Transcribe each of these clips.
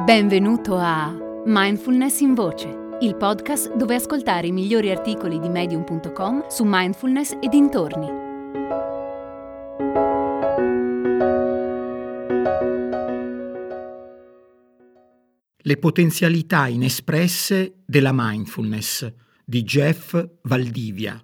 Benvenuto a Mindfulness in Voce, il podcast dove ascoltare i migliori articoli di Medium.com su mindfulness e dintorni. Le potenzialità inespresse della mindfulness di Jeff Valdivia.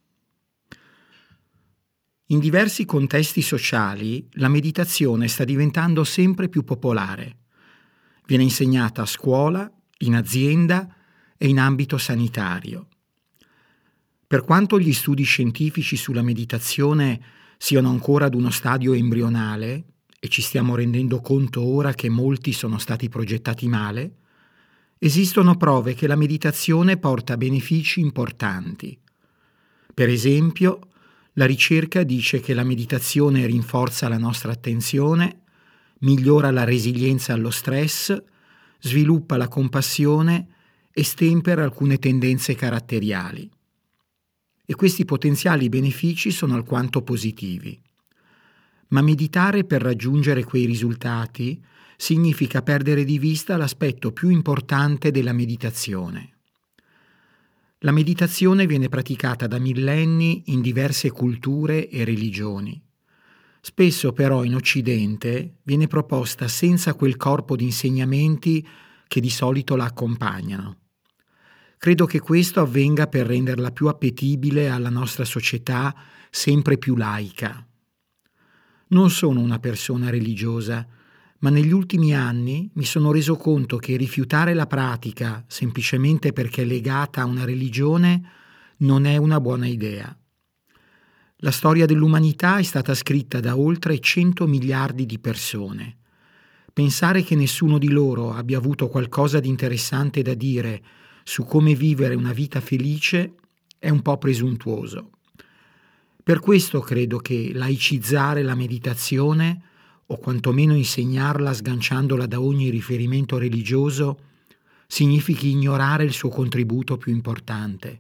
In diversi contesti sociali la meditazione sta diventando sempre più popolare. Viene insegnata a scuola, in azienda e in ambito sanitario. Per quanto gli studi scientifici sulla meditazione siano ancora ad uno stadio embrionale, e ci stiamo rendendo conto ora che molti sono stati progettati male, esistono prove che la meditazione porta benefici importanti. Per esempio, la ricerca dice che la meditazione rinforza la nostra attenzione, migliora la resilienza allo stress, sviluppa la compassione e stempera alcune tendenze caratteriali. E questi potenziali benefici sono alquanto positivi. Ma meditare per raggiungere quei risultati significa perdere di vista l'aspetto più importante della meditazione. La meditazione viene praticata da millenni in diverse culture e religioni. Spesso però in Occidente viene proposta senza quel corpo di insegnamenti che di solito la accompagnano. Credo che questo avvenga per renderla più appetibile alla nostra società sempre più laica. Non sono una persona religiosa, ma negli ultimi anni mi sono reso conto che rifiutare la pratica semplicemente perché è legata a una religione non è una buona idea. La storia dell'umanità è stata scritta da oltre 100 miliardi di persone. Pensare che nessuno di loro abbia avuto qualcosa di interessante da dire su come vivere una vita felice è un po' presuntuoso. Per questo credo che laicizzare la meditazione, o quantomeno insegnarla sganciandola da ogni riferimento religioso, significhi ignorare il suo contributo più importante.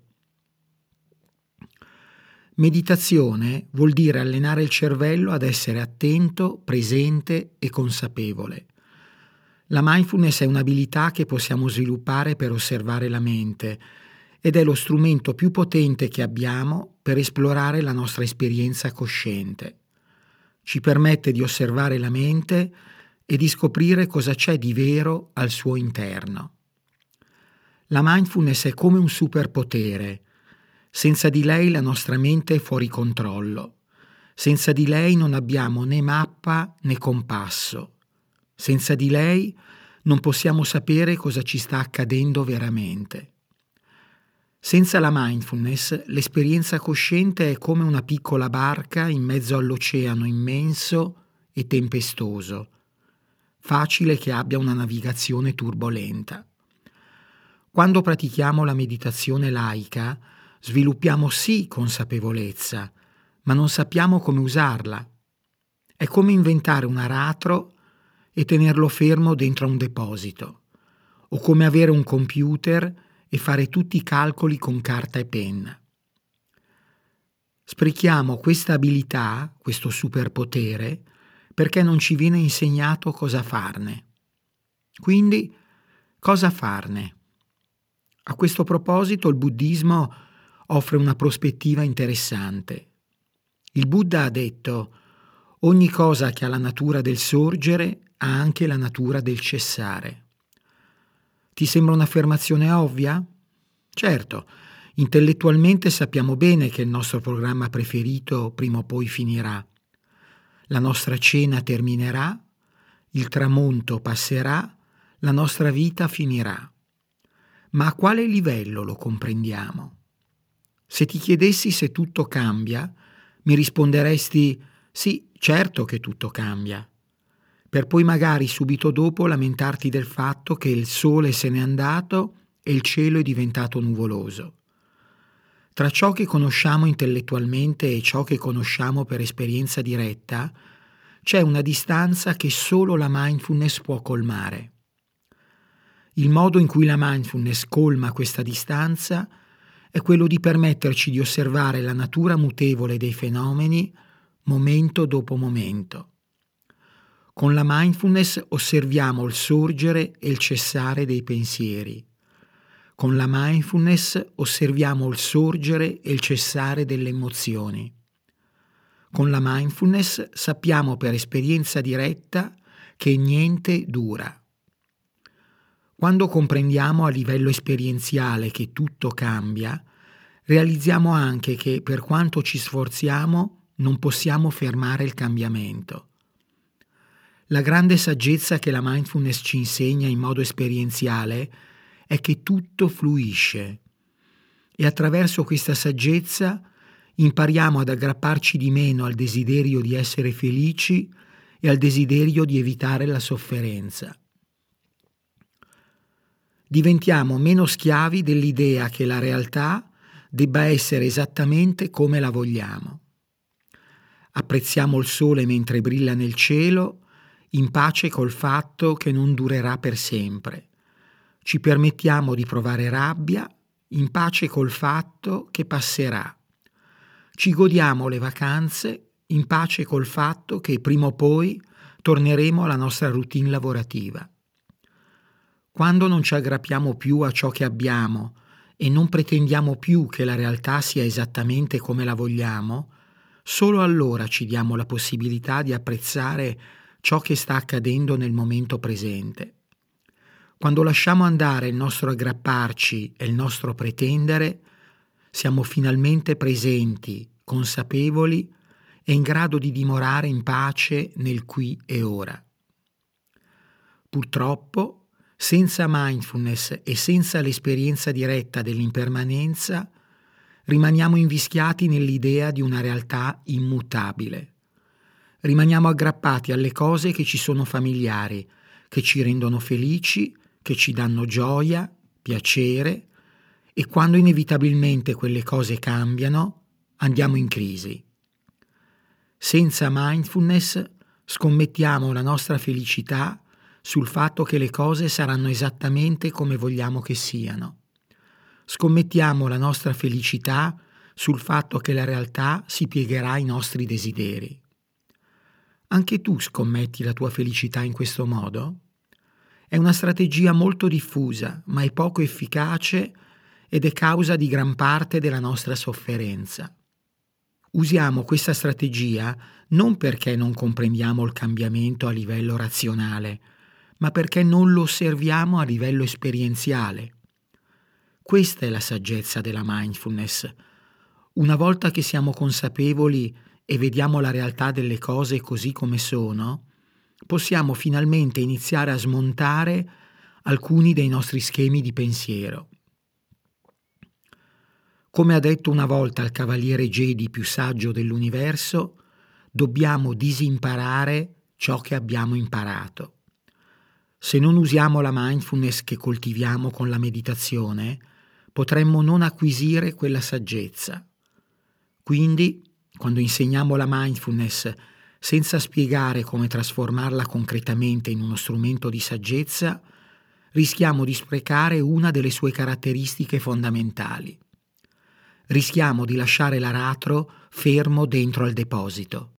Meditazione vuol dire allenare il cervello ad essere attento, presente e consapevole. La mindfulness è un'abilità che possiamo sviluppare per osservare la mente ed è lo strumento più potente che abbiamo per esplorare la nostra esperienza cosciente. Ci permette di osservare la mente e di scoprire cosa c'è di vero al suo interno. La mindfulness è come un superpotere. Senza di lei la nostra mente è fuori controllo. Senza di lei non abbiamo né mappa né compasso. Senza di lei non possiamo sapere cosa ci sta accadendo veramente. Senza la mindfulness, l'esperienza cosciente è come una piccola barca in mezzo all'oceano immenso e tempestoso. Facile che abbia una navigazione turbolenta. Quando pratichiamo la meditazione laica, sviluppiamo sì consapevolezza, ma non sappiamo come usarla. È come inventare un aratro e tenerlo fermo dentro a un deposito, o come avere un computer e fare tutti i calcoli con carta e penna. Sprechiamo questa abilità, questo superpotere, perché non ci viene insegnato cosa farne. Quindi, cosa farne? A questo proposito il buddismo offre una prospettiva interessante. Il Buddha ha detto: ogni cosa che ha la natura del sorgere ha anche la natura del cessare. Ti sembra un'affermazione ovvia? Certo, intellettualmente sappiamo bene che il nostro programma preferito prima o poi finirà. La nostra cena terminerà, il tramonto passerà, la nostra vita finirà. Ma a quale livello lo comprendiamo? Se ti chiedessi se tutto cambia, mi risponderesti: sì, certo che tutto cambia, per poi magari subito dopo lamentarti del fatto che il sole se n'è andato e il cielo è diventato nuvoloso. Tra ciò che conosciamo intellettualmente e ciò che conosciamo per esperienza diretta, c'è una distanza che solo la mindfulness può colmare. Il modo in cui la mindfulness colma questa distanza è quello di permetterci di osservare la natura mutevole dei fenomeni momento dopo momento. Con la mindfulness osserviamo il sorgere e il cessare dei pensieri. Con la mindfulness osserviamo il sorgere e il cessare delle emozioni. Con la mindfulness sappiamo per esperienza diretta che niente dura. Quando comprendiamo a livello esperienziale che tutto cambia, realizziamo anche che per quanto ci sforziamo non possiamo fermare il cambiamento. La grande saggezza che la mindfulness ci insegna in modo esperienziale è che tutto fluisce e attraverso questa saggezza impariamo ad aggrapparci di meno al desiderio di essere felici e al desiderio di evitare la sofferenza. Diventiamo meno schiavi dell'idea che la realtà debba essere esattamente come la vogliamo. Apprezziamo il sole mentre brilla nel cielo, in pace col fatto che non durerà per sempre. Ci permettiamo di provare rabbia, in pace col fatto che passerà. Ci godiamo le vacanze, in pace col fatto che prima o poi torneremo alla nostra routine lavorativa. Quando non ci aggrappiamo più a ciò che abbiamo e non pretendiamo più che la realtà sia esattamente come la vogliamo, solo allora ci diamo la possibilità di apprezzare ciò che sta accadendo nel momento presente. Quando lasciamo andare il nostro aggrapparci e il nostro pretendere, siamo finalmente presenti, consapevoli e in grado di dimorare in pace nel qui e ora. Purtroppo, senza mindfulness e senza l'esperienza diretta dell'impermanenza, rimaniamo invischiati nell'idea di una realtà immutabile. Rimaniamo aggrappati alle cose che ci sono familiari, che ci rendono felici, che ci danno gioia, piacere, e quando inevitabilmente quelle cose cambiano, andiamo in crisi. Senza mindfulness scommettiamo la nostra felicità sul fatto che le cose saranno esattamente come vogliamo che siano. Scommettiamo la nostra felicità sul fatto che la realtà si piegherà ai nostri desideri. Anche tu scommetti la tua felicità in questo modo? È una strategia molto diffusa, ma è poco efficace ed è causa di gran parte della nostra sofferenza. Usiamo questa strategia non perché non comprendiamo il cambiamento a livello razionale, ma perché non lo osserviamo a livello esperienziale. Questa è la saggezza della mindfulness. Una volta che siamo consapevoli e vediamo la realtà delle cose così come sono, possiamo finalmente iniziare a smontare alcuni dei nostri schemi di pensiero. Come ha detto una volta il cavaliere Jedi più saggio dell'universo, dobbiamo disimparare ciò che abbiamo imparato. Se non usiamo la mindfulness che coltiviamo con la meditazione, potremmo non acquisire quella saggezza. Quindi, quando insegniamo la mindfulness senza spiegare come trasformarla concretamente in uno strumento di saggezza, rischiamo di sprecare una delle sue caratteristiche fondamentali. Rischiamo di lasciare l'aratro fermo dentro al deposito.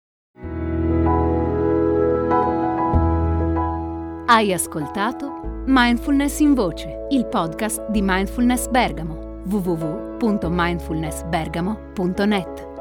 Hai ascoltato Mindfulness in Voce, il podcast di Mindfulness Bergamo, www.mindfulnessbergamo.net.